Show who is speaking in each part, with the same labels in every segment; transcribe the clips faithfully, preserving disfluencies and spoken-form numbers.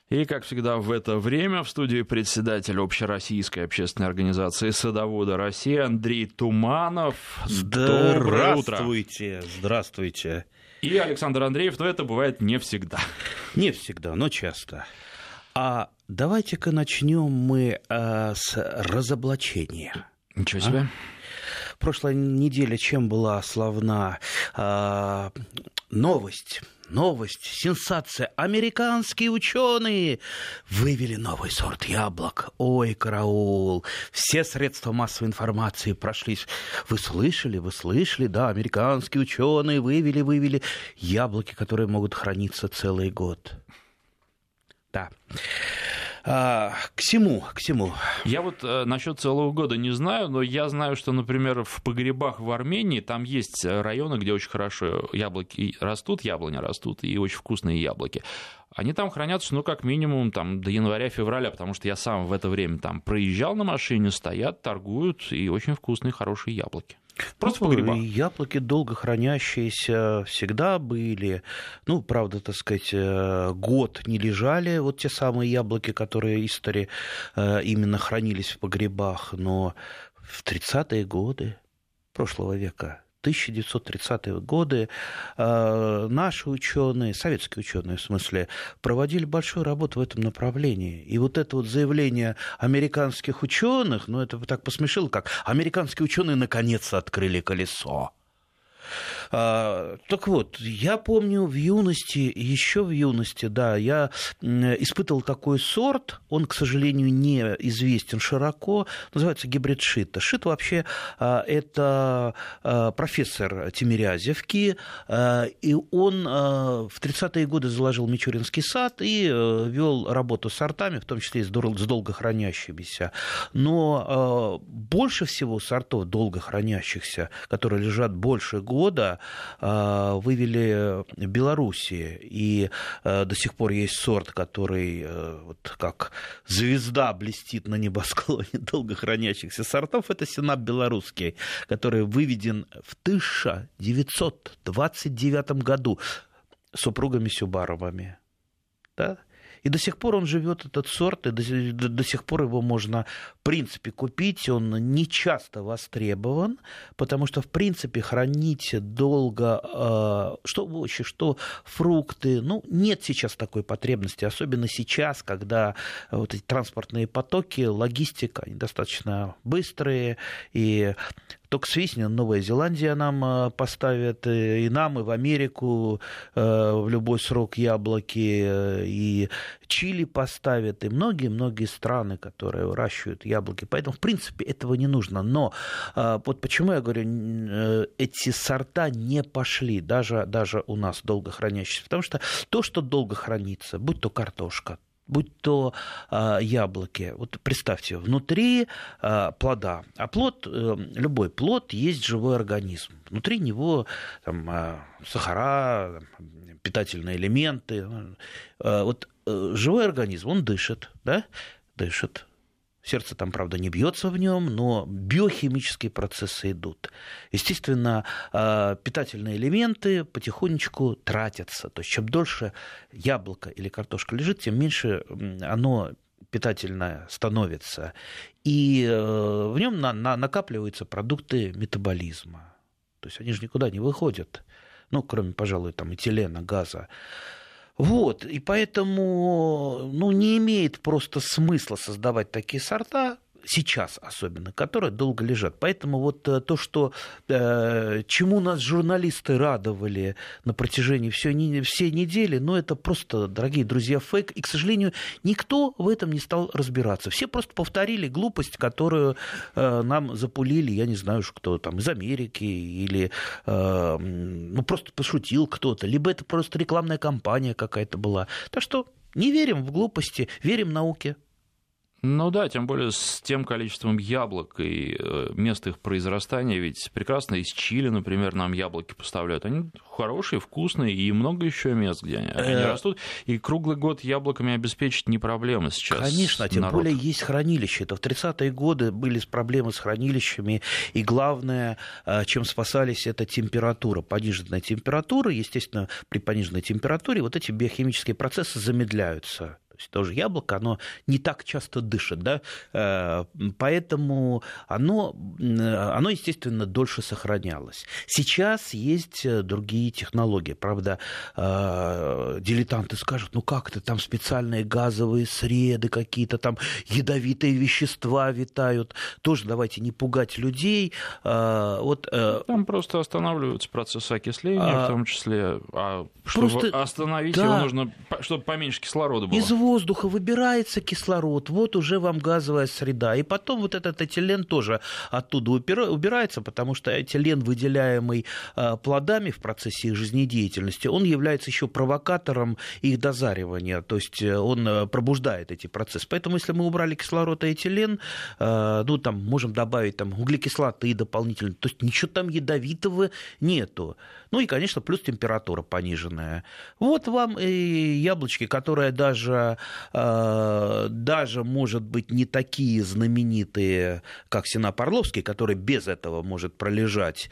Speaker 1: И, как всегда, в это время в студии председатель Общероссийской общественной организации «Садоводы России» Андрей Туманов. Доброе утро.
Speaker 2: Здравствуйте, здравствуйте.
Speaker 1: И Александр Андреев, но это бывает не всегда.
Speaker 2: Не всегда, но часто. А давайте-ка начнем мы а, с разоблачения.
Speaker 1: Ничего себе.
Speaker 2: А? Прошлая неделя чем была славна? А, новость. Новость, сенсация. Американские ученые вывели новый сорт яблок. Ой, караул. Все средства массовой информации прошлись. Вы слышали, вы слышали, да, американские ученые вывели, вывели яблоки, которые могут храниться целый год. Да. А, к всему, к всему.
Speaker 1: Я вот э, насчет целого года не знаю, но я знаю, что, например, в погребах в Армении там есть районы, где очень хорошо яблоки растут, яблони растут, и очень вкусные яблоки. Они там хранятся, ну, как минимум, там, до января-февраля, потому что я сам в это время там проезжал на машине, стоят, торгуют, и очень вкусные, хорошие яблоки. Просто
Speaker 2: ну,
Speaker 1: в погребах.
Speaker 2: Яблоки долго хранящиеся всегда были. Ну, правда, так сказать, год не лежали вот те самые яблоки, которые истори именно хранились в погребах. Но в тридцатые годы прошлого века, тысяча девятьсот тридцатые годы, наши ученые, советские ученые в смысле, проводили большую работу в этом направлении. И вот это вот заявление американских ученых, ну это так посмешило, как американские ученые наконец-то открыли колесо. А, так вот, я помню в юности, еще в юности, да, я испытывал такой сорт, он, к сожалению, не известен широко, называется гибрид шита. Шит вообще а, это а, профессор Тимирязевки, а, и он а, в тридцатые годы заложил Мичуринский сад и а, вел работу с сортами, в том числе и с долго хранящимися. Но а, больше всего сортов долго хранящихся, которые лежат больше года, года вывели в Белоруссии, и до сих пор есть сорт, который вот как звезда блестит на небосклоне долго хранящихся сортов, это Сенап белорусский, который выведен в тысяча девятьсот двадцать девятом году супругами Сюбаровыми, да? И до сих пор он живет, этот сорт, и до, до, до сих пор его можно, в принципе, купить. Он не часто востребован, потому что, в принципе, хранить долго э, что овощи, что фрукты, ну, нет сейчас такой потребности, особенно сейчас, когда вот эти транспортные потоки, логистика, они достаточно быстрые, и только свистнет, Новая Зеландия нам поставит, и нам, и в Америку в любой срок яблоки, и Чили поставят, и многие-многие страны, которые выращивают яблоки. Поэтому, в принципе, этого не нужно. Но вот почему я говорю, эти сорта не пошли, даже, даже у нас долго хранящиеся. Потому что то, что долго хранится, будь то картошка, будь то э, яблоки. Вот представьте, внутри э, плода, а плод, э, любой плод есть живой организм. Внутри него там, э, сахара, питательные элементы. Э, вот э, живой организм, он дышит, да? Дышит. Сердце там, правда, не бьется в нем, но биохимические процессы идут. Естественно, питательные элементы потихонечку тратятся. То есть, чем дольше яблоко или картошка лежит, тем меньше оно питательное становится. И в нем накапливаются продукты метаболизма. То есть, они же никуда не выходят. Ну, кроме, пожалуй, там, этилена, газа. Вот, и поэтому ну, не имеет просто смысла создавать такие сорта, сейчас особенно, которые долго лежат. Поэтому вот то, что, чему нас журналисты радовали на протяжении всей, всей недели, ну, это просто, дорогие друзья, фейк. И, к сожалению, никто в этом не стал разбираться. Все просто повторили глупость, которую нам запулили, я не знаю, кто там, из Америки, или ну, просто пошутил кто-то, либо это просто рекламная кампания какая-то была. Так что не верим в глупости, верим науке.
Speaker 1: Ну да, тем более с тем количеством яблок и мест их произрастания, ведь прекрасно из Чили, например, нам яблоки поставляют. Они хорошие, вкусные, и много еще мест, где они, они растут. И круглый год яблоками обеспечить не проблема сейчас.
Speaker 2: Конечно, тем
Speaker 1: народ.
Speaker 2: более есть хранилища. Это в тридцатые годы были проблемы с хранилищами, и главное, чем спасались, это температура, пониженная температура. Естественно, при пониженной температуре вот эти биохимические процессы замедляются. есть тоже яблоко, оно не так часто дышит, да, поэтому оно, оно, естественно, дольше сохранялось. Сейчас есть другие технологии, правда, дилетанты скажут, ну как это, там специальные газовые среды какие-то, там ядовитые вещества витают, тоже давайте не пугать людей. Вот,
Speaker 1: там просто останавливаются процессы окисления, а, в том числе, а чтобы
Speaker 2: просто,
Speaker 1: остановить
Speaker 2: да,
Speaker 1: его нужно, чтобы поменьше кислорода было.
Speaker 2: Из воздуха выбирается кислород, вот уже вам газовая среда, и потом вот этот этилен тоже оттуда убирается, потому что этилен, выделяемый плодами в процессе их жизнедеятельности, он является еще провокатором их дозаривания, то есть он пробуждает эти процессы. Поэтому если мы убрали кислород и этилен, ну там можем добавить там углекислоты дополнительно, то есть ничего там ядовитого нету. Ну и, конечно, плюс температура пониженная. Вот вам и яблочки, которые даже, даже, может быть, не такие знаменитые, как Сенап Орловский, который без этого может пролежать.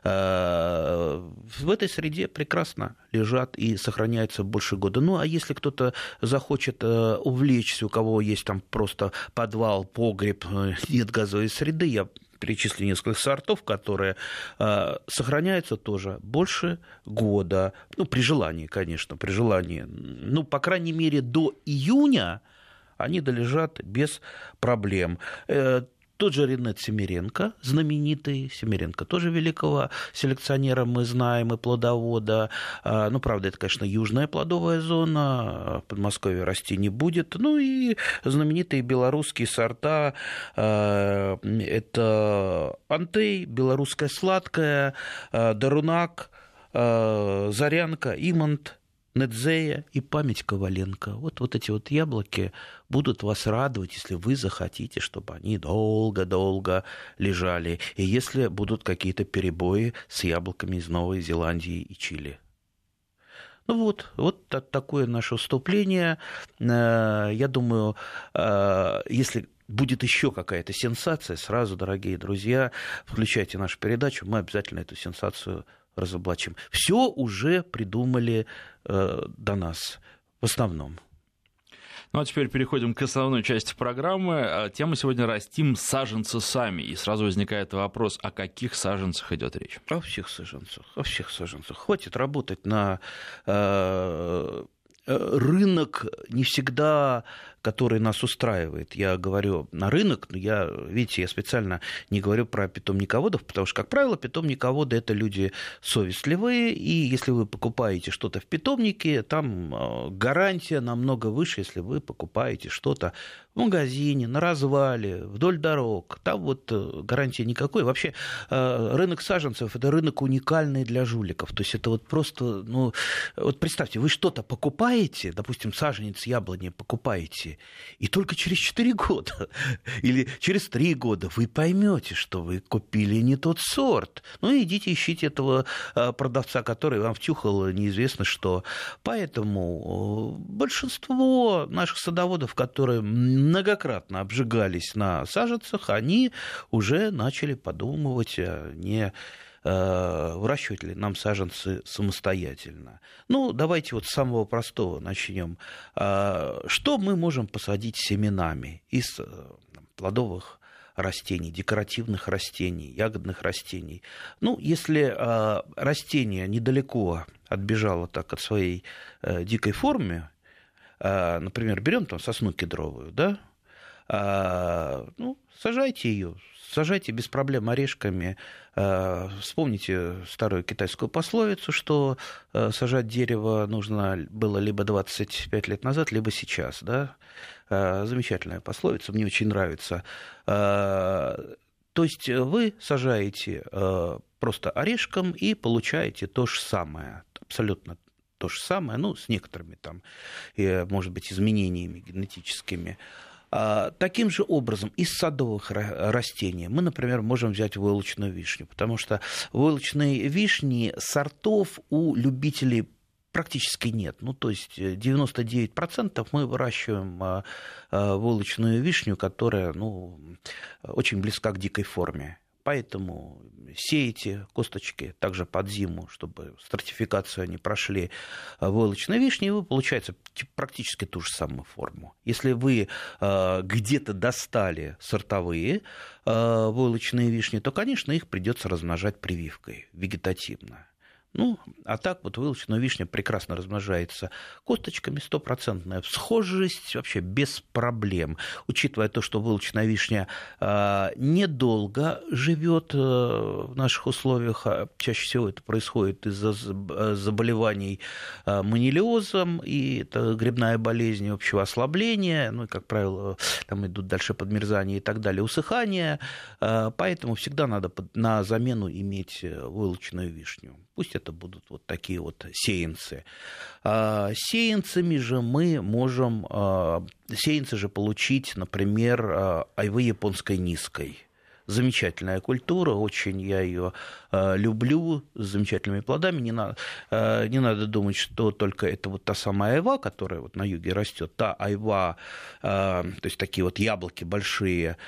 Speaker 2: В этой среде прекрасно лежат и сохраняются больше года. Ну, а если кто-то захочет увлечься, у кого есть там просто подвал, погреб, нет газовой среды, я перечислю несколько сортов, которые э, сохраняются тоже больше года. Ну, при желании, конечно, при желании. Ну, по крайней мере, до июня они долежат без проблем. Э, Тот же Ренат Семеренко, знаменитый, Семеренко тоже великого селекционера мы знаем и плодовода. Ну, правда, это, конечно, южная плодовая зона, в Подмосковье расти не будет. Ну и знаменитые белорусские сорта, это Антей, белорусская сладкая, Дарунак, Зарянка, Имант, Недзея и память Коваленко. Вот, вот эти вот яблоки будут вас радовать, если вы захотите, чтобы они долго-долго лежали. И если будут какие-то перебои с яблоками из Новой Зеландии и Чили. Ну вот, вот такое наше вступление. Я думаю, если будет еще какая-то сенсация, сразу, дорогие друзья, включайте нашу передачу, мы обязательно эту сенсацию разоблачим. Все уже придумали э, до нас, в основном.
Speaker 1: Ну, а теперь переходим к основной части программы. Тема сегодня «Растим саженцы сами». И сразу возникает вопрос, о каких саженцах идет речь?
Speaker 2: О всех саженцах, о всех саженцах. Хватит работать на э, рынок не всегда, который нас устраивает. Я говорю на рынок, но я, видите, я специально не говорю про питомниководов, потому что, как правило, питомниководы – это люди совестливые, и если вы покупаете что-то в питомнике, там гарантия намного выше, если вы покупаете что-то в магазине, на развале, вдоль дорог. Там вот гарантии никакой. Вообще рынок саженцев – это рынок уникальный для жуликов. То есть это вот просто, ну, вот представьте, вы что-то покупаете, допустим, саженец яблони покупаете, и только через четыре года или через три года вы поймете, что вы купили не тот сорт. Ну, идите ищите этого продавца, который вам втюхал неизвестно что. Поэтому большинство наших садоводов, которые многократно обжигались на саженцах, они уже начали подумывать, не выращивать ли нам саженцы самостоятельно. Ну, давайте вот с самого простого начнем. Что мы можем посадить семенами из плодовых растений, декоративных растений, ягодных растений? Ну, если растение недалеко отбежало так от своей дикой формы, например, берем там сосну кедровую, да, ну, сажайте ее, сажайте без проблем орешками. Вспомните старую китайскую пословицу, что сажать дерево нужно было либо двадцать пять лет назад, либо сейчас. Да? Замечательная пословица, мне очень нравится. То есть вы сажаете просто орешком и получаете то же самое, абсолютно то же самое, ну, с некоторыми там, может быть, изменениями генетическими. Таким же образом, из садовых растений мы, например, можем взять войлочную вишню, потому что войлочные вишни сортов у любителей практически нет. Ну, то есть девяносто девять процентов мы выращиваем войлочную вишню, которая, ну, очень близка к дикой форме. Поэтому сеете косточки также под зиму, чтобы стратификацию они прошли войлочной вишни, и вы получаете практически ту же самую форму. Если вы э, где-то достали сортовые э, войлочные вишни, то, конечно, их придется размножать прививкой вегетативно. Ну, а так вот войлочная вишня прекрасно размножается косточками, стопроцентная всхожесть, вообще без проблем. Учитывая то, что войлочная вишня э, недолго живет э, в наших условиях, а чаще всего это происходит из-за заболеваний э, манилиозом, и это грибная болезнь общего ослабления, ну и, как правило, там идут дальше подмерзания и так далее, усыхание, э, поэтому всегда надо на замену иметь войлочную вишню. Пусть это будут вот такие вот сеянцы. Сеянцами же мы можем сеянцы же получить, например, айвы японской низкой. Замечательная культура, очень я ее люблю, с замечательными плодами. Не надо, не надо думать, что только это вот та самая айва, которая вот на юге растет. Та айва, то есть такие вот яблоки большие,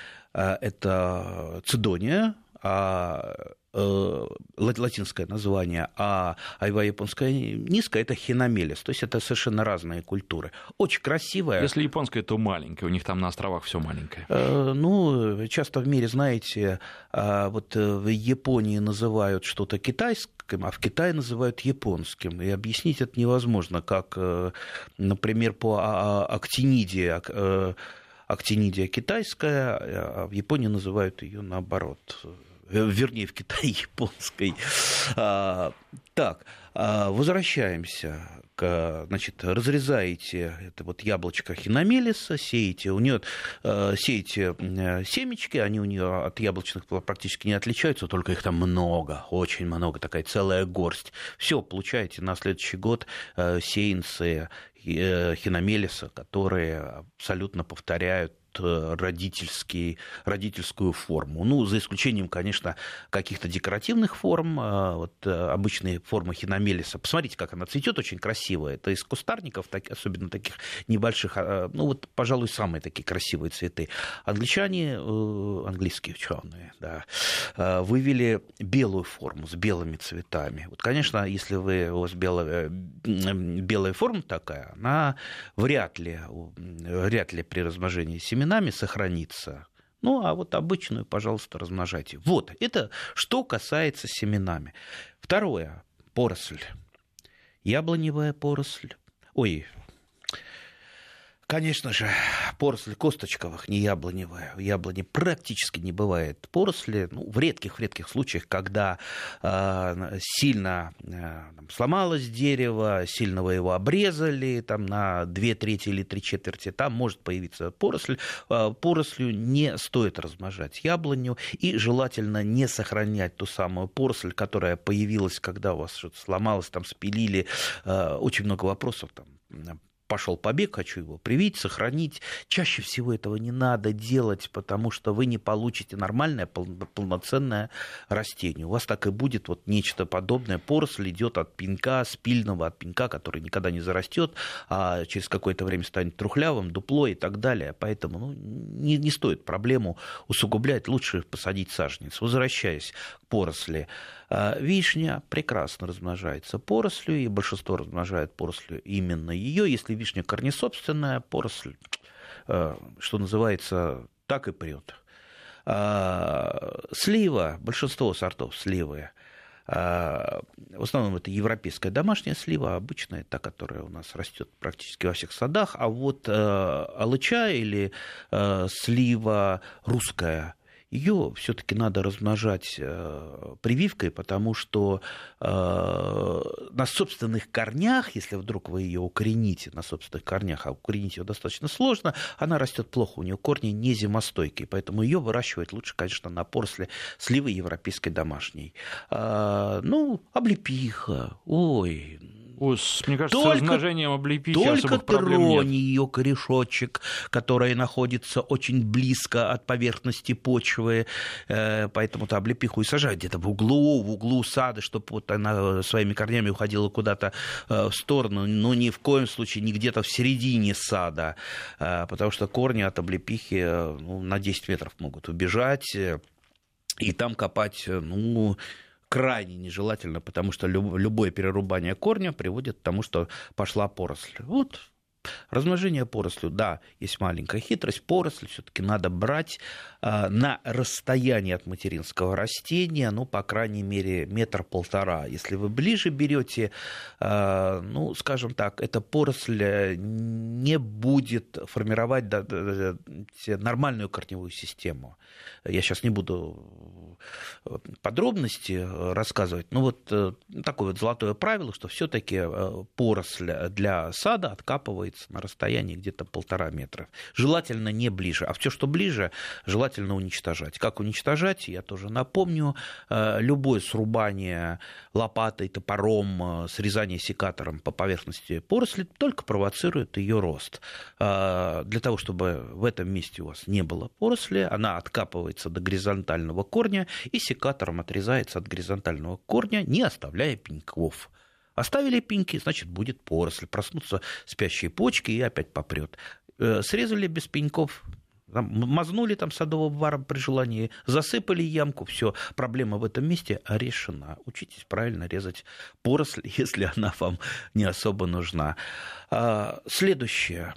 Speaker 2: это цидония, а латинское название, а айва японская низкая — это хиномелис, то есть это совершенно разные культуры. Очень красивая.
Speaker 1: Если японская, то маленькая, у них там на островах все маленькое.
Speaker 2: Ну, часто в мире, знаете, вот в Японии называют что-то китайским, а в Китае называют японским, и объяснить это невозможно, как, например, по актиниде, актинидия китайская, а в Японии называют ее наоборот. Вернее, в Китае японской. А, так, а, возвращаемся. К, значит, разрезаете это вот яблочко хиномелиса, сеете, у нее а, сеете семечки, они у нее от яблочных практически не отличаются, только их там много, очень много, такая целая горсть. Все, получаете на следующий год а, сеянцы хиномелиса, которые абсолютно повторяют родительский, родительскую форму. Ну, за исключением, конечно, каких-то декоративных форм. Вот обычные формы хиномелиса. Посмотрите, как она цветет, очень красиво. Это из кустарников, особенно таких небольших. Ну, вот, пожалуй, самые такие красивые цветы. Англичане, английские ученые, да, вывели белую форму с белыми цветами. Вот, конечно, если вы, у вас белая, белая форма такая, она вряд ли, вряд ли при размножении семенами сохранится. Ну, а вот обычную, пожалуйста, размножайте. Вот, это что касается семенами. Второе, поросль. Яблоневая поросль. Ой, конечно же, поросль косточковых, не яблоневая. В яблоне практически не бывает поросли. Ну, в редких-редких случаях, когда э, сильно э, сломалось дерево, сильно вы его обрезали там, на две трети или три четверти, там может появиться поросль. Э, порослью не стоит размножать яблоню, и желательно не сохранять ту самую поросль, которая появилась, когда у вас что-то сломалось, там спилили. Э, очень много вопросов там. Пошел побег, хочу его привить, сохранить. Чаще всего этого не надо делать, потому что вы не получите нормальное, полноценное растение. У вас так и будет вот нечто подобное. Поросль идет от пенька, спильного, от пенька, который никогда не зарастет, а через какое-то время станет трухлявым, дупло и так далее. Поэтому ну, не, не стоит проблему усугублять, лучше посадить саженец. Возвращаясь к поросли. Вишня прекрасно размножается порослью, и большинство размножает порослью именно ее. Если вишня корнесобственная, поросль, что называется, так и прет. Слива, большинство сортов сливы, в основном это европейская домашняя слива, обычная, та, которая у нас растет практически во всех садах, а вот алыча или слива русская, ее все-таки надо размножать прививкой, потому что на собственных корнях, если вдруг вы ее укорените на собственных корнях, а укоренить ее достаточно сложно, она растет плохо, у нее корни не зимостойкие, поэтому ее выращивать лучше, конечно, на поросли сливы европейской домашней. Ну, облепиха, ой...
Speaker 1: Ой, мне кажется, только, с размножением облепихи особых проблем нет.
Speaker 2: Только тронь ее корешочек, который находится очень близко от поверхности почвы, поэтому-то облепиху и сажают где-то в углу, в углу сада, чтобы вот она своими корнями уходила куда-то в сторону, но ни в коем случае не где-то в середине сада, потому что корни от облепихи ну, на десять метров могут убежать. И там копать, ну, крайне нежелательно, потому что любое перерубание корня приводит к тому, что пошла поросль. Вот. Размножение порослью, да, есть маленькая хитрость. Поросль все-таки надо брать э, на расстоянии от материнского растения, ну, по крайней мере, метр-полтора. Если вы ближе берете, э, ну, скажем так, эта поросль не будет формировать да, да, да, нормальную корневую систему. Я сейчас не буду подробности рассказывать, но вот э, такое вот золотое правило, что все-таки поросль для сада откапывается на расстоянии где-то полтора метра. Желательно не ближе. А все, что ближе, желательно уничтожать. Как уничтожать, я тоже напомню. Любое срубание лопатой, топором, срезание секатором по поверхности поросли только провоцирует ее рост. Для того, чтобы в этом месте у вас не было поросли, она откапывается до горизонтального корня и секатором отрезается от горизонтального корня, не оставляя пеньков. Оставили пеньки, значит, будет поросль. Проснутся спящие почки и опять попрет. Срезали без пеньков, мазнули там садовым варом при желании, засыпали ямку, все, проблема в этом месте решена. Учитесь правильно резать поросль, если она вам не особо нужна. Следующее.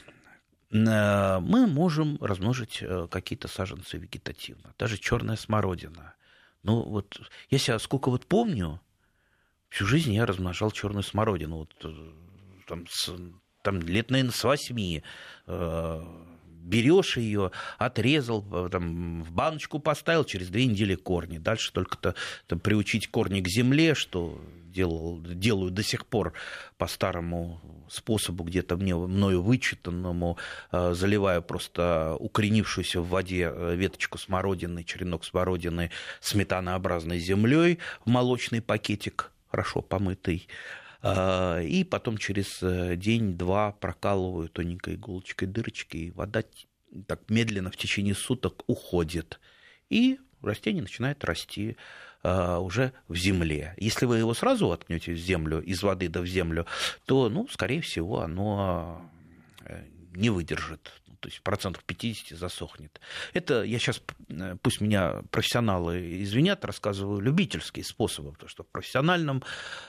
Speaker 2: Мы можем размножить какие-то саженцы вегетативно. Даже черная смородина. Ну вот, я себя сколько вот помню, всю жизнь я размножал черную смородину. Вот, там, с, там лет, наверное, с восьми. Э, берешь ее, отрезал, там, в баночку поставил, через две недели корни. Дальше только-то там, приучить корни к земле, что делал, делаю до сих пор по старому способу, где-то мне, мною вычитанному, э, заливаю просто укоренившуюся в воде веточку смородины, черенок смородины сметанообразной землей в молочный пакетик, хорошо помытый, и потом через день-два прокалываю тоненькой иголочкой дырочки, и вода так медленно в течение суток уходит, и растение начинает расти уже в земле. Если вы его сразу воткнете в землю, из воды да в землю, то, ну, скорее всего, оно не выдержит. То есть процентов пятьдесят засохнет. Это я сейчас, пусть меня профессионалы извинят, рассказываю любительские способы, потому что в профессиональном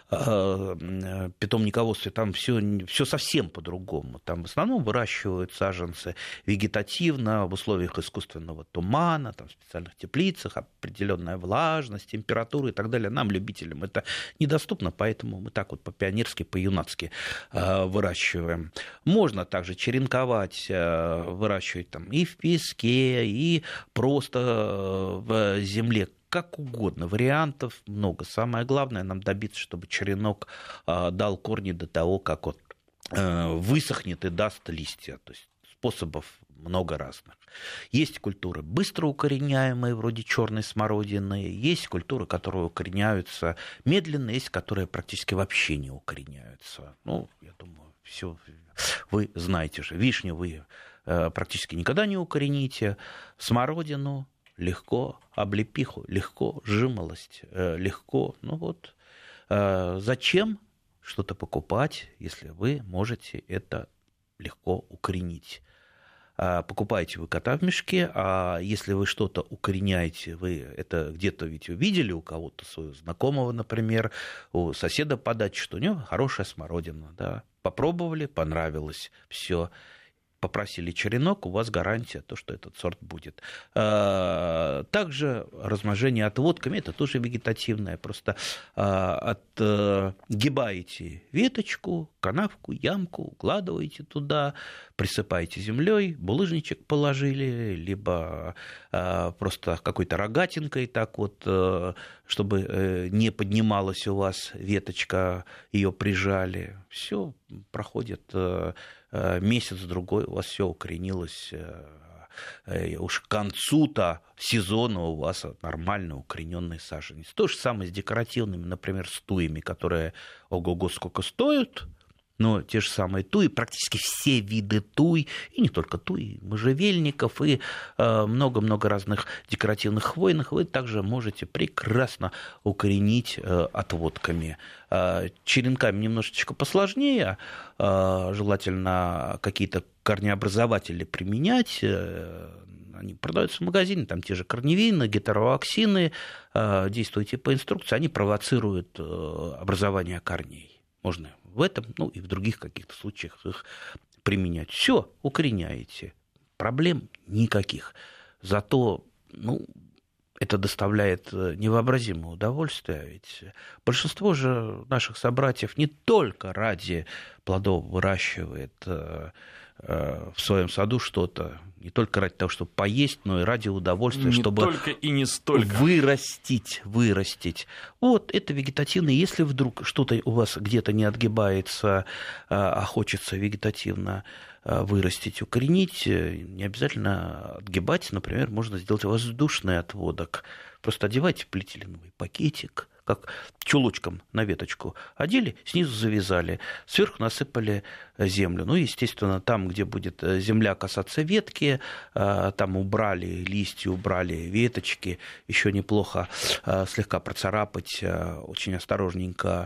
Speaker 2: э, питомниководстве там все, все совсем по-другому. Там в основном выращивают саженцы вегетативно, в условиях искусственного тумана, там, в специальных теплицах, определенная влажность, температура и так далее. Нам, любителям, это недоступно, поэтому мы так вот по-пионерски, по-юнацки э, выращиваем. Можно также черенковать, э, выращивать там и в песке, и просто в земле, как угодно. Вариантов много. Самое главное нам добиться, чтобы черенок дал корни до того, как он высохнет и даст листья. То есть способов много разных. Есть культуры быстро укореняемые, вроде черной смородины, есть культуры, которые укореняются медленно, есть, которые практически вообще не укореняются. Ну, я думаю, все вы знаете же. Вишню вы практически никогда не укорените, смородину легко, облепиху легко, жимолость легко. Ну вот, зачем что-то покупать, если вы можете это легко укоренить? Покупаете вы кота в мешке, а если вы что-то укореняете, вы это где-то ведь увидели у кого-то, своего знакомого, например, у соседа по даче, что у него хорошая смородина, да, попробовали, понравилось, все. Попросили черенок, у вас гарантия, то, что этот сорт будет. Также размножение отводками, это тоже вегетативное. Просто отгибаете веточку, канавку, ямку, укладываете туда, присыпаете землей, булыжничек положили, либо просто какой-то рогатинкой так вот, чтобы не поднималась у вас веточка, ее прижали. Все проходит месяц-другой, у вас все укоренилось, уж к концу-то сезона у вас нормально укорененный саженец. То же самое с декоративными, например, с туями, которые ого-го сколько стоят, но те же самые туи, практически все виды туй, и не только туи, можжевельников и много-много разных декоративных хвойных, вы также можете прекрасно укоренить отводками. Черенками немножечко посложнее, желательно какие-то корнеобразователи применять, они продаются в магазине, там те же корневины, гетероаксины, действуйте по инструкции, они провоцируют образование корней. Можно в этом, ну и в других каких-то случаях их применять. Все, укореняете. Проблем никаких. Зато, ну, это доставляет невообразимое удовольствие. Ведь большинство же наших собратьев не только ради плодов выращивает в своем саду что-то, не только ради того, чтобы поесть, но и ради удовольствия,
Speaker 1: не
Speaker 2: чтобы
Speaker 1: только и не столько.
Speaker 2: вырастить, вырастить. Вот это вегетативно. Если вдруг что-то у вас где-то не отгибается, а хочется вегетативно вырастить, укоренить, не обязательно отгибать. Например, можно сделать воздушный отводок. Просто одевайте полиэтиленовый пакетик, как чулочком на веточку одели, снизу завязали, сверху насыпали землю. Ну, естественно, там, где будет земля касаться ветки, там убрали листья, убрали веточки, еще неплохо слегка процарапать, очень осторожненько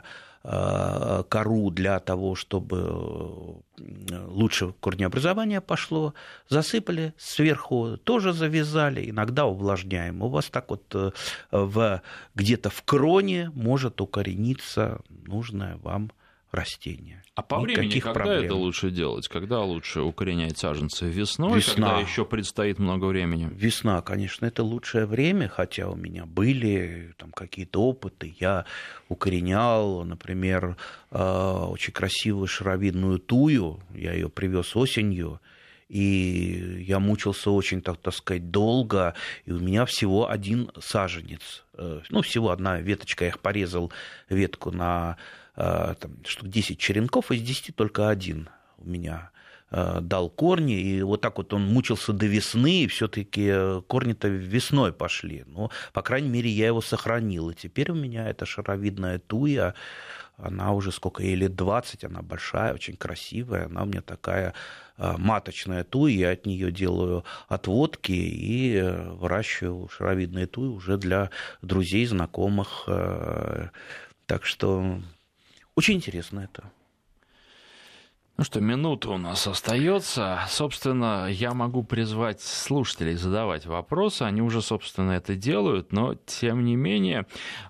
Speaker 2: кору для того, чтобы лучше корнеобразование пошло, засыпали, сверху тоже завязали, иногда увлажняем. У вас так вот в, где-то в кроне может укорениться нужное вам растение.
Speaker 1: А по
Speaker 2: Никаких
Speaker 1: времени, когда
Speaker 2: проблем.
Speaker 1: это лучше делать? Когда лучше укоренять саженцы? Весной,
Speaker 2: Весна.
Speaker 1: когда еще предстоит много времени?
Speaker 2: Весна, конечно, это лучшее время, хотя у меня были там какие-то опыты. Я укоренял, например, очень красивую шаровидную тую, я ее привез осенью, и я мучился очень, так, так сказать, долго, и у меня всего один саженец, ну, всего одна веточка, я их порезал, ветку на там, штук десять черенков, из десяти только один у меня дал корни, и вот так вот он мучился до весны, и все-таки корни-то весной пошли. Но, по крайней мере, я его сохранил. И теперь у меня эта шаровидная туя, она уже сколько ей лет двадцать, она большая, очень красивая, она у меня такая маточная туя, я от нее делаю отводки и выращиваю шаровидные туи уже для друзей, знакомых. Так что очень интересно это.
Speaker 1: Ну что, минута у нас остается. Собственно, я могу призвать слушателей задавать вопросы. Они уже, собственно, это делают, но, тем не менее,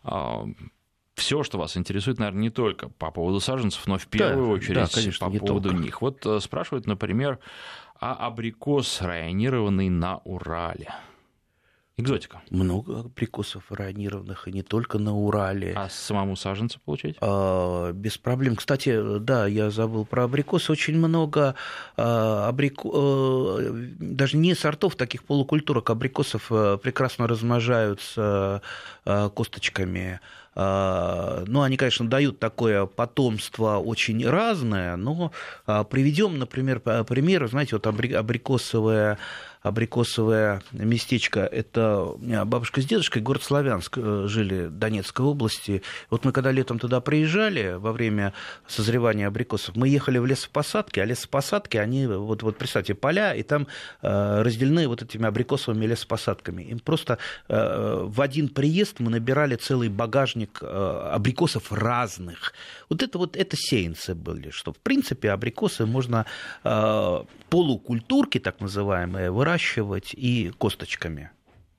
Speaker 1: все, что вас интересует, наверное, не только по поводу саженцев, но в первую
Speaker 2: да,
Speaker 1: очередь
Speaker 2: да, конечно,
Speaker 1: по поводу
Speaker 2: только.
Speaker 1: них. Вот спрашивают, например, а абрикос, районированный на Урале? Экзотика.
Speaker 2: Много абрикосов районированных, и не только на Урале.
Speaker 1: А самому саженцу получать?
Speaker 2: А, без проблем. Кстати, да, я забыл про абрикосы. Очень много а, абрико... а, даже не сортов, таких полукультурок абрикосов а, прекрасно размножаются а, косточками. А, ну, они, конечно, дают такое потомство очень разное, но а, приведем, например, пример. Знаете, вот абрикосовая абрикосовое местечко, это у меня бабушка с дедушкой, город Славянск, жили в Донецкой области. Вот мы когда летом туда приезжали, во время созревания абрикосов, мы ехали в лесопосадки, а лесопосадки, они, вот, вот представьте, поля, и там разделены вот этими абрикосовыми лесопосадками. Им просто в один приезд мы набирали целый багажник абрикосов разных. Вот это вот это сеянцы были, что, в принципе, абрикосы можно полукультурки, так называемые, выращивать и косточками.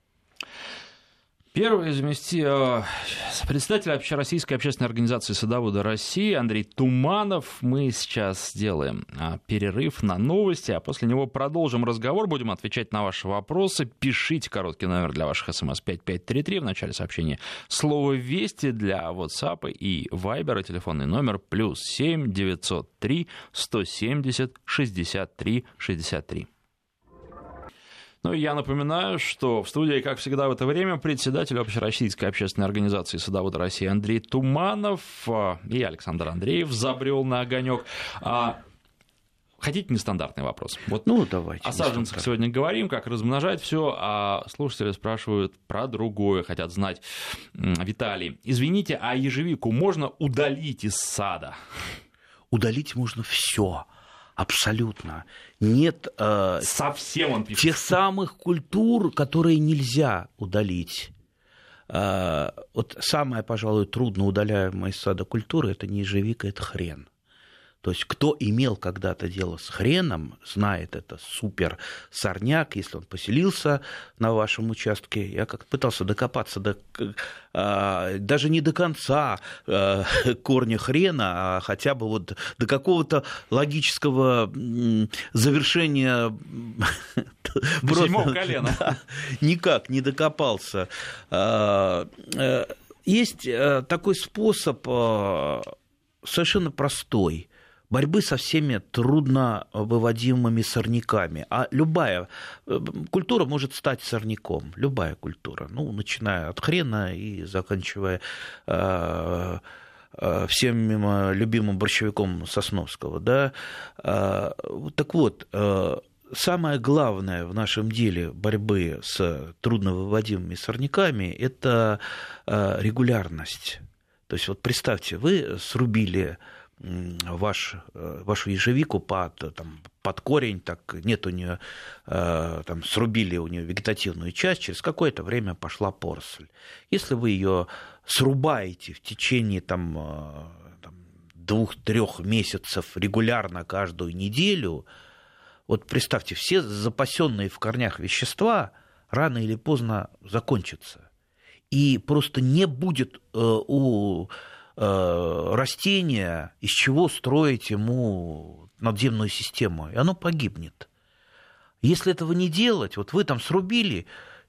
Speaker 1: Первый заместитель председателя Общероссийской общественной организации «Садоводы России» Андрей Туманов. Мы сейчас сделаем перерыв на новости, а после него продолжим разговор, будем отвечать на ваши вопросы. Пишите короткий номер для ваших смс пять пять три три, в начале сообщения слово «Вести», для WhatsApp и Viber, телефонный номер плюс семь девятьсот три сто семьдесят шестьдесят три шестьдесят три. Ну и я напоминаю, что в студии, как всегда в это время, председатель Общероссийской общественной организации «Садоводы России» Андрей Туманов и Александр Андреев забрел на огонек. Хотите нестандартный вопрос? Вот
Speaker 2: ну, давайте.
Speaker 1: О саженцах сегодня говорим, как размножать все, а слушатели спрашивают про другое, хотят знать. Виталий, извините, а ежевику можно удалить из сада?
Speaker 2: Удалить можно все. Абсолютно. Нет э,
Speaker 1: Совсем он пишет.
Speaker 2: тех самых культур, которые нельзя удалить. Э, вот самая, пожалуй, трудно удаляемая из сада культура – это не ежевика, это хрен. То есть кто имел когда-то дело с хреном, знает это супер сорняк, если он поселился на вашем участке. Я как-то пытался докопаться до, а, даже не до конца а, корня хрена, а хотя бы вот до какого-то логического завершения.
Speaker 1: До седьмого колена.
Speaker 2: Да, никак не докопался. Есть такой способ совершенно простой борьбы со всеми трудно выводимыми сорняками. А любая культура может стать сорняком. Любая культура. Ну, начиная от хрена и заканчивая э, э, всем любимым борщевиком Сосновского. Да? Э, так вот, э, самое главное в нашем деле борьбы с трудновыводимыми сорняками – это э, регулярность. То есть вот представьте, вы срубили ваш, вашу ежевику под, там, под корень, так нет у нее, там, срубили у нее вегетативную часть, через какое-то время пошла поросль. Если вы ее срубаете в течение там, там, двух-трех месяцев регулярно каждую неделю, вот представьте, все запасенные в корнях вещества рано или поздно закончатся. И просто не будет у растения, из чего строить ему надземную систему, и оно погибнет. Если этого не делать, вот вы там срубили,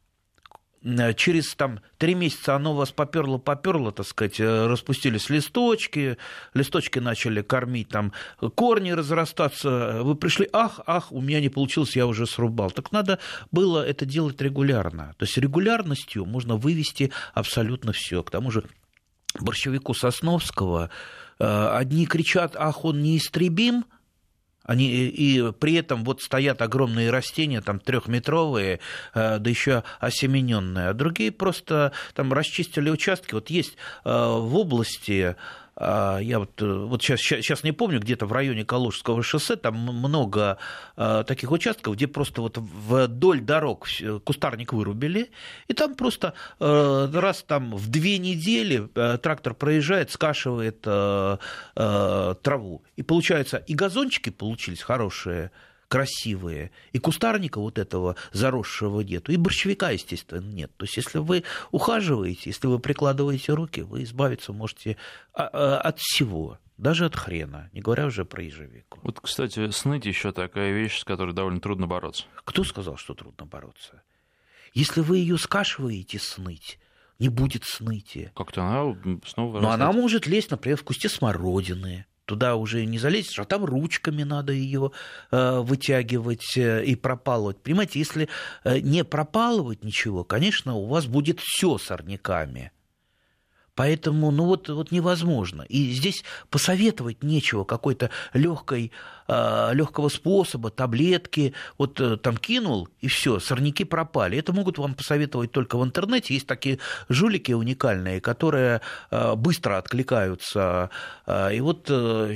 Speaker 2: через там, три месяца оно у вас поперло-поперло, так сказать, распустились листочки, листочки начали кормить, там, корни разрастаться, вы пришли, ах, ах, у меня не получилось, я уже срубал. Так надо было это делать регулярно. То есть регулярностью можно вывести абсолютно все. К тому же борщевику Сосновского одни кричат, ах, он неистребим, они, и при этом вот стоят огромные растения, там трехметровые, да еще осемененные, а другие просто там расчистили участки. Вот есть в области, я вот, вот сейчас, сейчас не помню, где-то в районе Калужского шоссе, там много таких участков, где просто вот вдоль дорог кустарник вырубили, и там просто раз там в две недели трактор проезжает, скашивает траву. И получается, и газончики получились хорошие, красивые, и кустарника вот этого заросшего нету, и борщевика, естественно, нет. То есть, если вы ухаживаете, если вы прикладываете руки, вы избавиться можете от всего, даже от хрена, не говоря уже про ежевику.
Speaker 1: Вот, кстати, сныть еще такая вещь, с которой довольно трудно бороться.
Speaker 2: Кто сказал, что трудно бороться? Если вы ее скашиваете сныть, не будет снытия.
Speaker 1: Как-то она снова вырастает.
Speaker 2: Но она может лезть, например, в кусте смородины. Туда уже не залезешь, а там ручками надо ее э, вытягивать э, и пропалывать. Понимаете, если э, не пропалывать ничего, конечно, у вас будет все сорняками. Поэтому, ну вот, вот невозможно. И здесь посоветовать нечего, какой-то легкой, э, легкого способа, таблетки. Вот э, там кинул, и все, сорняки пропали. Это могут вам посоветовать только в интернете. Есть такие жулики уникальные, которые э, быстро откликаются. Э, и вот э,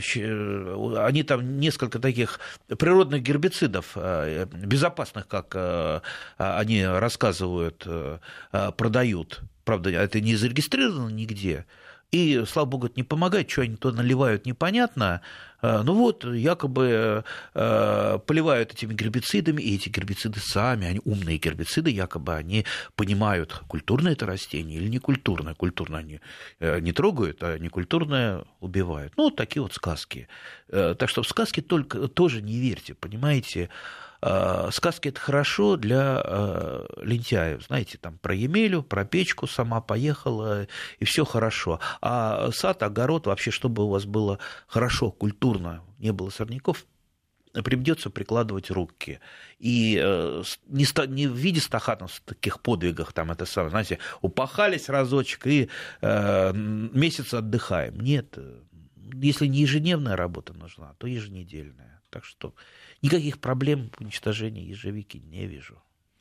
Speaker 2: они там несколько таких природных гербицидов, э, безопасных, как э, они рассказывают, э, продают. Правда, это не зарегистрировано нигде. И, слава богу, это не помогает, что они то наливают, непонятно. Ну вот, якобы поливают этими гербицидами, и эти гербициды сами, они умные гербициды, якобы они понимают, культурное это растение или некультурное. Культурное они не трогают, а некультурное убивают. Ну, вот такие вот сказки. Так что в сказки только, тоже не верьте, понимаете. Сказки – это хорошо для э, лентяев. Знаете, там про Емелю, про печку сама поехала, и все хорошо. А сад, огород, вообще, чтобы у вас было хорошо, культурно, не было сорняков, придется прикладывать руки. И э, не, ста, не в виде стахановских подвигах, там это самое, знаете, упахались разочек и э, месяц отдыхаем. Нет, если не ежедневная работа нужна, то еженедельная. Так что никаких проблем в уничтожении ежевики не вижу.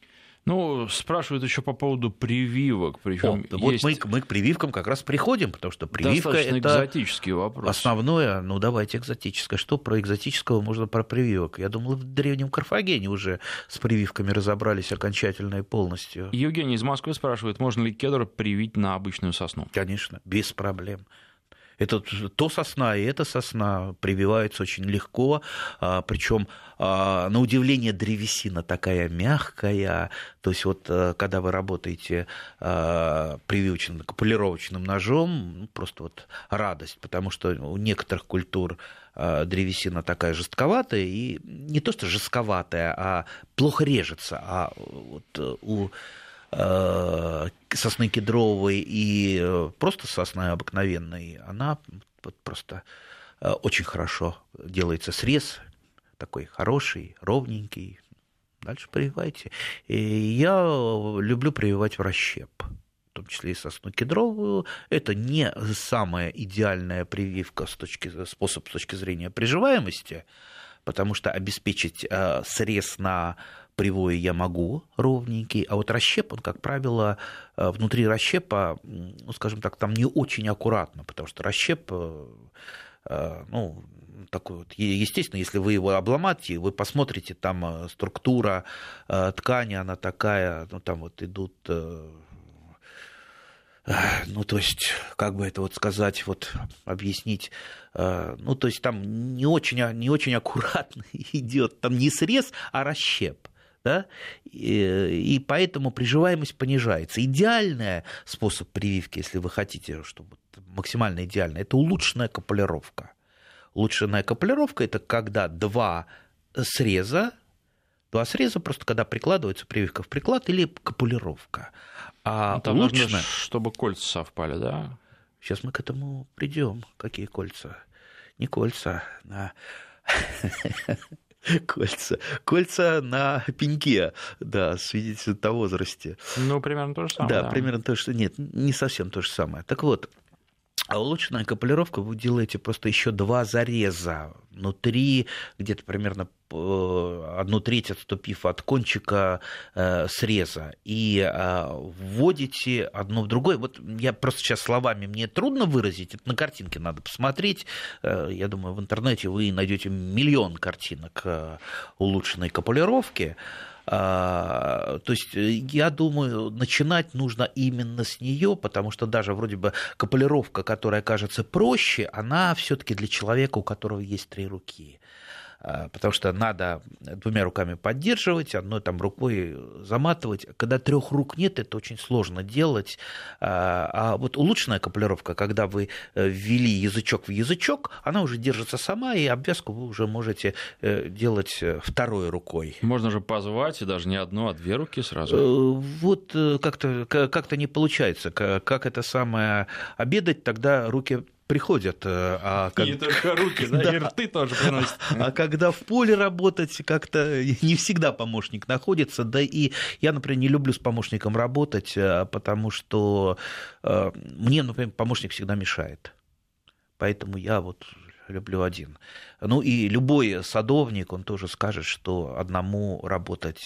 Speaker 1: Ну, спрашивают еще по поводу прививок. Причем
Speaker 2: О, вот
Speaker 1: есть...
Speaker 2: мы, мы к прививкам как раз приходим, потому что прививка – это
Speaker 1: экзотический вопрос.
Speaker 2: Основное. Ну, давайте экзотическое. Что про экзотического можно про прививок? Я думал, в древнем Карфагене уже с прививками разобрались окончательно и полностью.
Speaker 1: Евгений из Москвы спрашивает, можно ли кедр привить на обычную сосну?
Speaker 2: Конечно, без проблем. Это то сосна, и эта сосна прививается очень легко, причем на удивление древесина такая мягкая. То есть вот когда вы работаете прививочным, полировочным ножом, просто вот радость, потому что у некоторых культур древесина такая жестковатая, и не то что жестковатая, а плохо режется, а вот у сосны кедровой и просто сосны обыкновенной, она просто очень хорошо делается срез, такой хороший, ровненький. Дальше прививайте. И я люблю прививать в расщеп, в том числе и сосну кедровую. Это не самая идеальная прививка с точки, способ с точки зрения приживаемости, потому что обеспечить срез на привое я могу ровненький, а вот расщеп, он, как правило, внутри расщепа, ну, скажем так, там не очень аккуратно, потому что расщеп, ну, такой вот, естественно, если вы его обломаете, вы посмотрите, там структура ткани, она такая, ну, там вот идут, ну, то есть, как бы это вот сказать, вот объяснить, ну, то есть, там не очень, не очень аккуратно идет, там не срез, а расщеп. Да? И, и поэтому приживаемость понижается. Идеальный способ прививки, если вы хотите, чтобы максимально идеально, это улучшенная капулировка. Улучшенная капулировка – это когда два среза, два среза, просто когда прикладывается прививка в приклад или капулировка. А
Speaker 1: ну, там
Speaker 2: улучшенная...
Speaker 1: нужно, чтобы кольца совпали, да?
Speaker 2: Сейчас мы к этому придем. Какие кольца? Не кольца, а... Кольца. Кольца на пеньке, да, свидетельствует о возрасте.
Speaker 1: Ну, примерно то же самое.
Speaker 2: Да,
Speaker 1: да,
Speaker 2: примерно то же самое. Нет, не совсем то же самое. Так вот, а улучшенная капулировка, вы делаете просто еще два зареза внутри, где-то примерно одну треть отступив от кончика э, среза, и э, вводите одно в другое. Вот я просто сейчас словами, мне трудно выразить, это на картинке надо посмотреть. Э, я думаю, в интернете вы найдете миллион картинок э, улучшенной капулировки. То есть, я думаю, начинать нужно именно с нее, потому что даже вроде бы капулировка, которая кажется проще, она все-таки для человека, у которого есть три руки. Потому что надо двумя руками поддерживать, одной там рукой заматывать. Когда трех рук нет, это очень сложно делать. А вот улучшенная капулировка, когда вы ввели язычок в язычок, она уже держится сама, и обвязку вы уже можете делать второй рукой.
Speaker 1: Можно же позвать, и даже не одну, а две руки сразу.
Speaker 2: Вот как-то, как-то не получается. Как это самое обедать, тогда руки приходят. А как...
Speaker 1: Не только руки, да, да, и рты тоже приносят.
Speaker 2: А когда в поле работать, как-то не всегда помощник находится. Да и я, например, не люблю с помощником работать, потому что мне, например, помощник всегда мешает. Поэтому я вот люблю один. Ну и любой садовник, он тоже скажет, что одному работать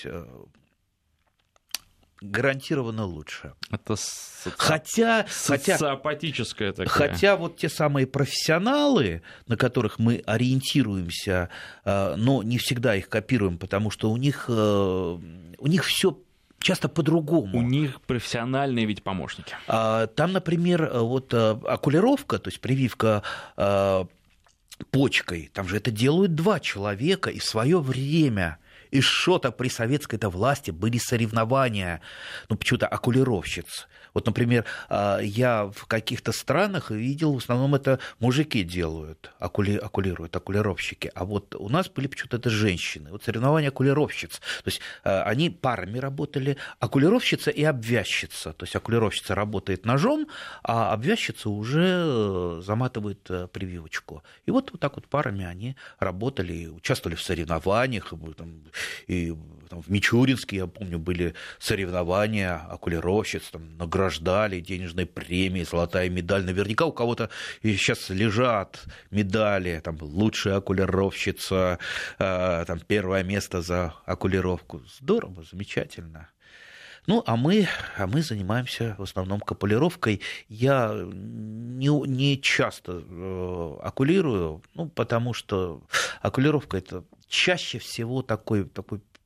Speaker 2: гарантированно лучше.
Speaker 1: Это соци...
Speaker 2: хотя,
Speaker 1: социопатическое такое.
Speaker 2: Хотя вот те самые профессионалы, на которых мы ориентируемся, но не всегда их копируем, потому что у них, у них все часто по-другому.
Speaker 1: У них профессиональные ведь помощники.
Speaker 2: Там, например, вот окулировка, то есть прививка почкой, там же это делают два человека, и в свое время... И что-то при советской-то власти были соревнования, ну, почему-то окулировщиц. Вот, например, я в каких-то странах видел, в основном это мужики делают, окули, окулируют, окулировщики. А вот у нас были почему-то это женщины. Вот соревнования окулировщиц. То есть они парами работали, окулировщица и обвязчица. То есть окулировщица работает ножом, а обвязчица уже заматывает прививочку. И вот, вот так вот парами они работали, участвовали в соревнованиях. И там, в Мичуринске, я помню, были соревнования окулировщиц, там, награждали денежной премией, золотая медаль. Наверняка у кого-то сейчас лежат медали, там, лучшая окулировщица, э, там, первое место за окулировку. Здорово, замечательно. Ну, а мы, а мы занимаемся в основном капулировкой. Я не, не часто э, окулирую, ну, потому что окулировка – это чаще всего такой, такой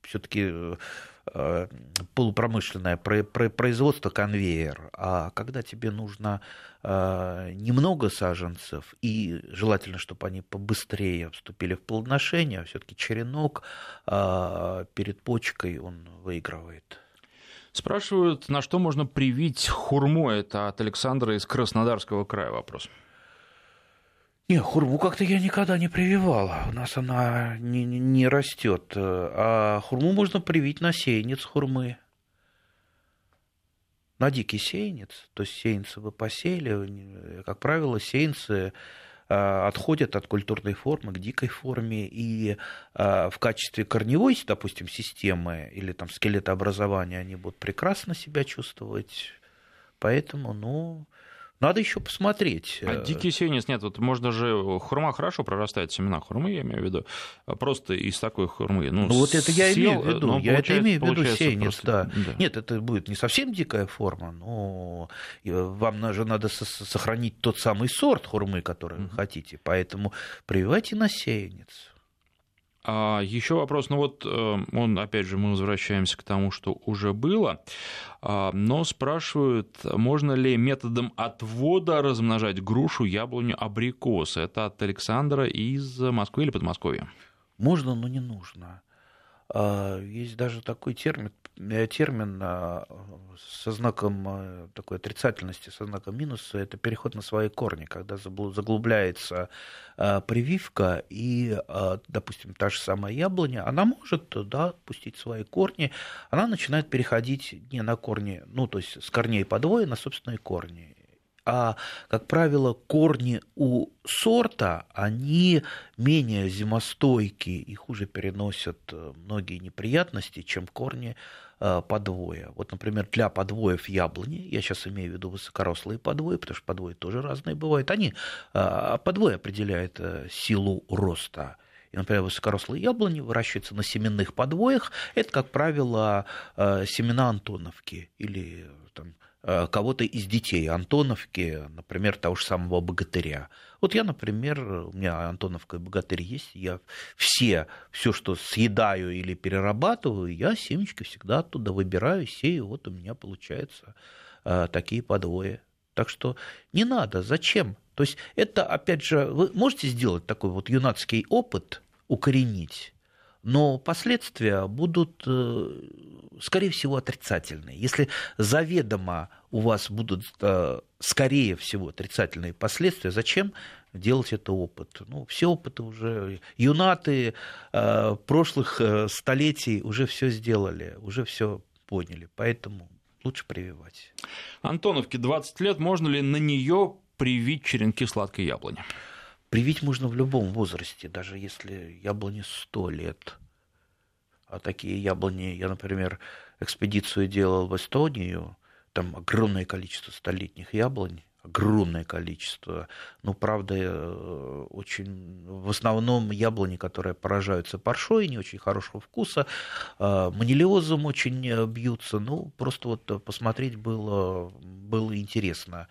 Speaker 2: все-таки полупромышленное производство, конвейер, а когда тебе нужно немного саженцев, и желательно, чтобы они побыстрее вступили в плодоношение, все-таки черенок перед почкой, он выигрывает.
Speaker 1: Спрашивают, на что можно привить хурму? Это от Александра из Краснодарского края вопрос.
Speaker 2: Не, хурму как-то я никогда не прививал. У нас она не, не растет. А хурму можно привить на сеянец хурмы. На дикий сеянец. То есть сеянцы вы посеяли. Как правило, сеянцы отходят от культурной формы к дикой форме. И в качестве корневой, допустим, системы или там скелетообразования они будут прекрасно себя чувствовать. Поэтому, ну... Надо еще посмотреть.
Speaker 1: А дикий сеянец нет, вот можно же, хурма хорошо прорастает, семена хурмы, я имею в виду, просто из такой хурмы. Ну,
Speaker 2: ну вот это я
Speaker 1: съел,
Speaker 2: имею в виду, я это имею в виду сеянец,
Speaker 1: просто,
Speaker 2: да.
Speaker 1: да.
Speaker 2: Нет, это будет не совсем дикая форма, но вам же надо сохранить тот самый сорт хурмы, который вы хотите, поэтому прививайте на сеянец.
Speaker 1: А еще вопрос, ну вот он, опять же, мы возвращаемся к тому, что уже было, но спрашивают, можно ли методом отвода размножать грушу, яблоню, абрикос? Это от Александра из Москвы или Подмосковья?
Speaker 2: Можно, но не нужно. Есть даже такой термин, термин со знаком такой отрицательности, со знаком минуса, это переход на свои корни, когда заглубляется прививка, и, допустим, та же самая яблоня, она может, да, пустить свои корни, она начинает переходить не на корни, ну, то есть с корней подвоя на собственные корни. А, как правило, корни у сорта, они менее зимостойкие и хуже переносят многие неприятности, чем корни подвоя. Вот, например, для подвоев яблони, я сейчас имею в виду высокорослые подвои, потому что подвои тоже разные бывают, они, подвой определяет силу роста. И, например, высокорослые яблони выращиваются на семенных подвоях. Это, как правило, семена Антоновки или там, кого-то из детей Антоновки, например, того же самого богатыря. Вот я, например, у меня Антоновка и богатырь есть, я все, все, что съедаю или перерабатываю, я семечки всегда оттуда выбираю, сею, вот у меня получаются такие подвои. Так что не надо, зачем? То есть это, опять же, вы можете сделать такой вот юнацкий опыт, укоренить, но последствия будут, скорее всего, отрицательные. Если заведомо у вас будут, скорее всего, отрицательные последствия, зачем делать это опыт? Ну, все опыты уже, юнаты прошлых столетий уже все сделали, уже все поняли, поэтому лучше прививать.
Speaker 1: Антоновке двадцать лет, можно ли на нее привить черенки сладкой яблони?
Speaker 2: Привить можно в любом возрасте, даже если яблоне сто лет. А такие яблони, я, например, экспедицию делал в Эстонию, там огромное количество столетних яблонь, огромное количество. Ну, правда, очень, в основном яблони, которые поражаются паршой, не очень хорошего вкуса, манилиозом очень бьются. Ну, просто вот посмотреть было, было интересно.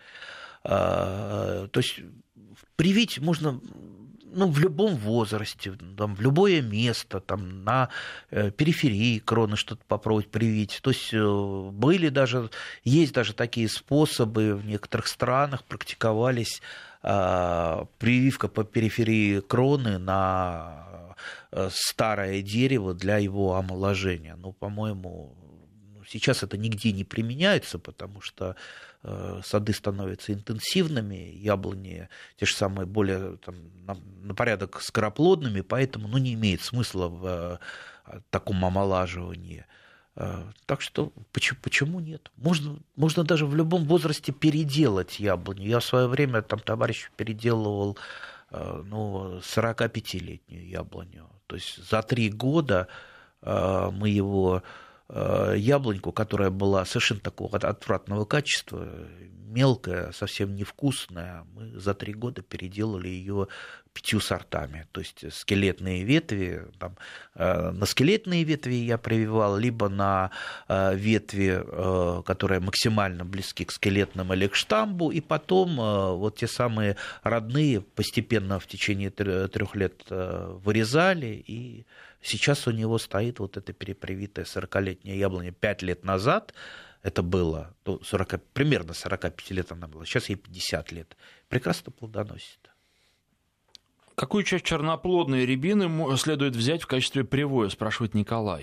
Speaker 2: То есть привить можно, ну, в любом возрасте, там, в любое место, там, на периферии кроны что-то попробовать привить. То есть были даже, есть даже такие способы, в некоторых странах практиковались прививка по периферии кроны на старое дерево для его омоложения. Ну, по-моему, сейчас это нигде не применяется, потому что сады становятся интенсивными, яблони те же самые более там, на, на порядок скороплодными, поэтому ну, не имеет смысла в таком омолаживании. Так что почему, почему нет? Можно, можно даже в любом возрасте переделать яблоню. Я в свое время там товарищ переделывал ну, сорокапятилетнюю яблоню. То есть за три года мы его яблоньку, которая была совершенно такого отвратного качества, мелкая, совсем невкусная. Мы за три года переделали ее пятью сортами. То есть скелетные ветви, там, э, на скелетные ветви я прививал, либо на э, ветви, э, которые максимально близки к скелетным или к штамбу, и потом э, вот те самые родные постепенно в течение трех лет э, вырезали, и сейчас у него стоит вот эта перепривитая сорокалетняя яблоня. Пять лет назад это было, ну, сорок, примерно сорок пять лет она была, сейчас ей пятьдесят лет. Прекрасно плодоносит.
Speaker 1: Какую часть черноплодной рябины следует взять в качестве привоя, спрашивает Николай.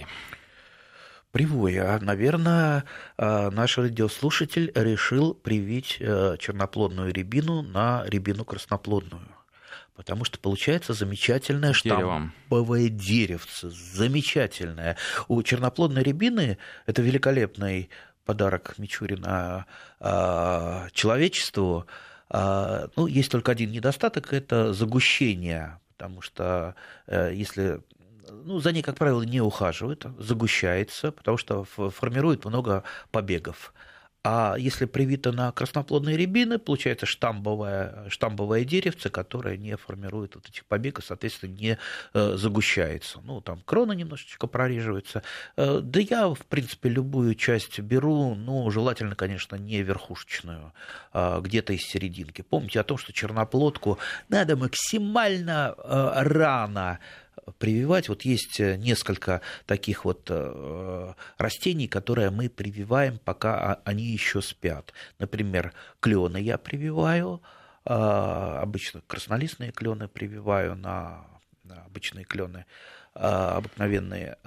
Speaker 2: Привоя. Наверное, наш радиослушатель решил привить черноплодную рябину на рябину красноплодную. Потому что получается замечательное штамбовое деревце. Замечательное. У черноплодной рябины это великолепный подарок Мичурина человечеству. Ну, есть только один недостаток – это загущение, потому что если, ну, за ней, как правило, не ухаживают, загущается, потому что формирует много побегов. А если привито на красноплодные рябины, получается штамбовое, штамбовое деревце, которое не формирует вот этих побегов, соответственно, не загущается. Ну, там крона немножечко прореживается. Да я, в принципе, любую часть беру, но желательно, конечно, не верхушечную, а где-то из серединки. Помните о том, что черноплодку надо максимально рано прививать. Вот есть несколько таких вот растений, которые мы прививаем, пока они еще спят. Например, клены я прививаю, обычно краснолистные клены прививаю на обычные клены обыкновенные.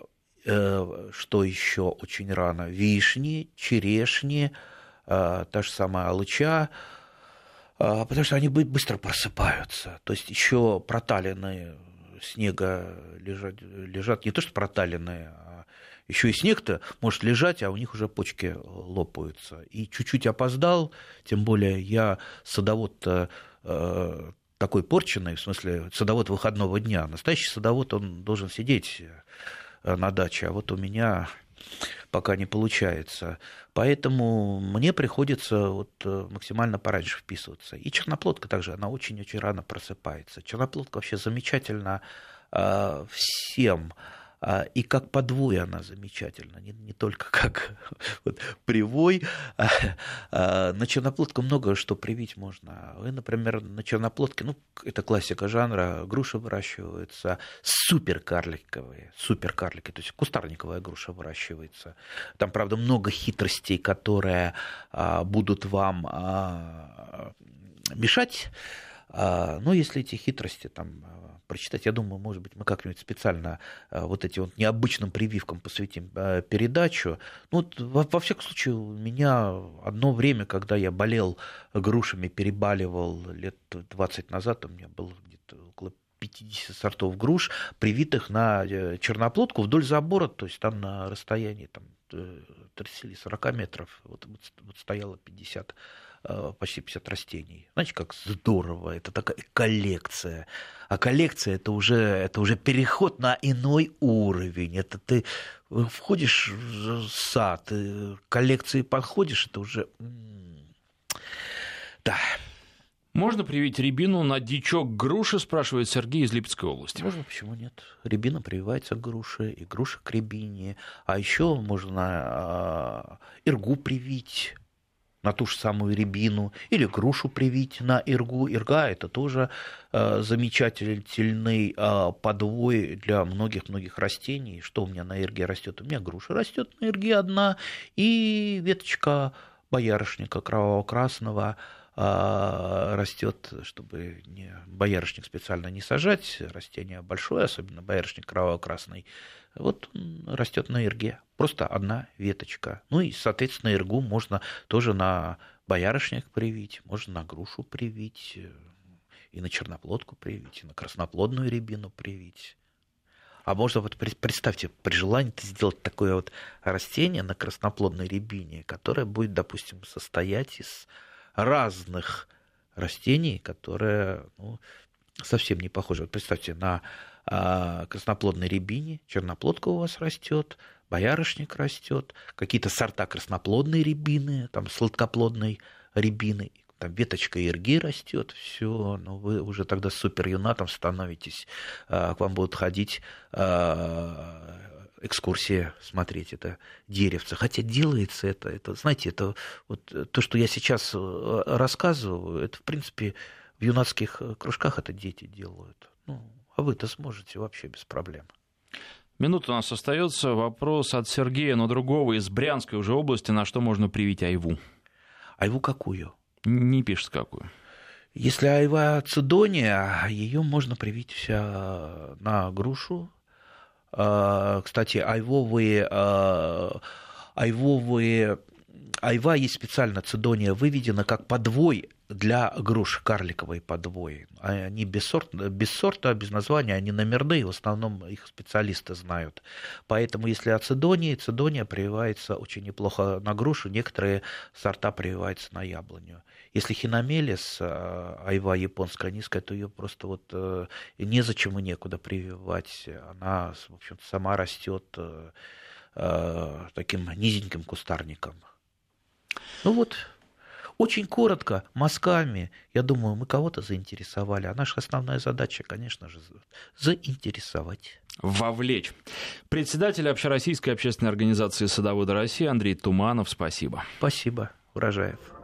Speaker 2: Что еще очень рано? Вишни, черешни, та же самая алыча, потому что они быстро просыпаются. То есть еще проталенные снега лежат, лежат не то что проталенные, а еще и снег-то может лежать, а у них уже почки лопаются. И чуть-чуть опоздал, тем более я садовод э, такой порченный, в смысле садовод выходного дня. Настоящий садовод, он должен сидеть на даче, а вот у меня пока не получается. Поэтому мне приходится вот максимально пораньше вписываться. И черноплодка также, она очень-очень рано просыпается. Черноплодка вообще замечательна э, всем. И как подвой она замечательна, не, не только как вот, привой. На черноплодку много что привить можно. Вы, например, на черноплодке, ну, это классика жанра, груши выращиваются суперкарликовые, суперкарлики, то есть кустарниковая груша выращивается. Там, правда, много хитростей, которые будут вам мешать. Но если эти хитрости там прочитать, я думаю, может быть, мы как-нибудь специально вот этим вот необычным прививкам посвятим передачу. Ну, вот, во, во всяком случае, у меня одно время, когда я болел грушами, перебаливал лет двадцать назад, у меня было где-то около пятьдесят сортов груш, привитых на черноплодку вдоль забора, то есть там на расстоянии там, тридцать или сорок метров, вот, вот стояло пятьдесят, почти пятьдесят растений. Знаете, как здорово, это такая коллекция. А коллекция это уже, это уже переход на иной уровень. Это ты входишь в сад, к коллекции подходишь, это уже... Да.
Speaker 1: Можно привить рябину на дичок груши, спрашивает Сергей из Липецкой области.
Speaker 2: Можно, почему нет? Рябина прививается к груше, и груша к рябине. А еще можно иргу привить на ту же самую рябину, или грушу привить на иргу. Ирга – это тоже э, замечательный э, подвой для многих-многих растений. Что у меня на ирге растет? У меня груша растет на ирге одна, и веточка боярышника кроваво-красного э, растет, чтобы не, боярышник специально не сажать, растение большое, особенно боярышник кроваво-красный. Вот он растет на ирге, просто одна веточка. Ну и, соответственно, иргу можно тоже на боярышник привить, можно на грушу привить, и на черноплодку привить, и на красноплодную рябину привить. А можно, вот представьте, при желании сделать такое вот растение на красноплодной рябине, которое будет, допустим, состоять из разных растений, которые, ну, совсем не похожи. Вот представьте, на красноплодной рябине черноплодка у вас растет, боярышник растет, какие-то сорта красноплодной рябины, там сладкоплодной рябины, там веточка ирги растет, все, но вы уже тогда супер юнатом становитесь, к вам будут ходить экскурсии, смотреть это деревце. Хотя делается это, это, знаете, это вот то, что я сейчас рассказываю, это, в принципе, в юнацких кружках это дети делают. Ну, а вы-то сможете вообще без проблем.
Speaker 1: Минута у нас остается. Вопрос от Сергея, но другого, из Брянской уже области. На что можно привить айву?
Speaker 2: Айву какую?
Speaker 1: Не пишет какую.
Speaker 2: Если айва цидония, ее можно привить на грушу. Кстати, айвовые, айвовые, айва есть специально, цидония выведена как подвой для груш, карликовые подвои. Они без сорта, без сорта, без названия, они номерные, в основном их специалисты знают. Поэтому если о цидонии, цидония прививается очень неплохо на грушу, некоторые сорта прививаются на яблоню. Если хиномелис, айва японская низкая, то ее просто вот незачем и некуда прививать. Она, в общем-то, сама растет таким низеньким кустарником. Ну вот. Очень коротко, мазками, я думаю, мы кого-то заинтересовали. А наша основная задача, конечно же, заинтересовать.
Speaker 1: Вовлечь. Председатель Общероссийской общественной организации «Садоводы России» Андрей Туманов, спасибо.
Speaker 2: Спасибо, Урожаев.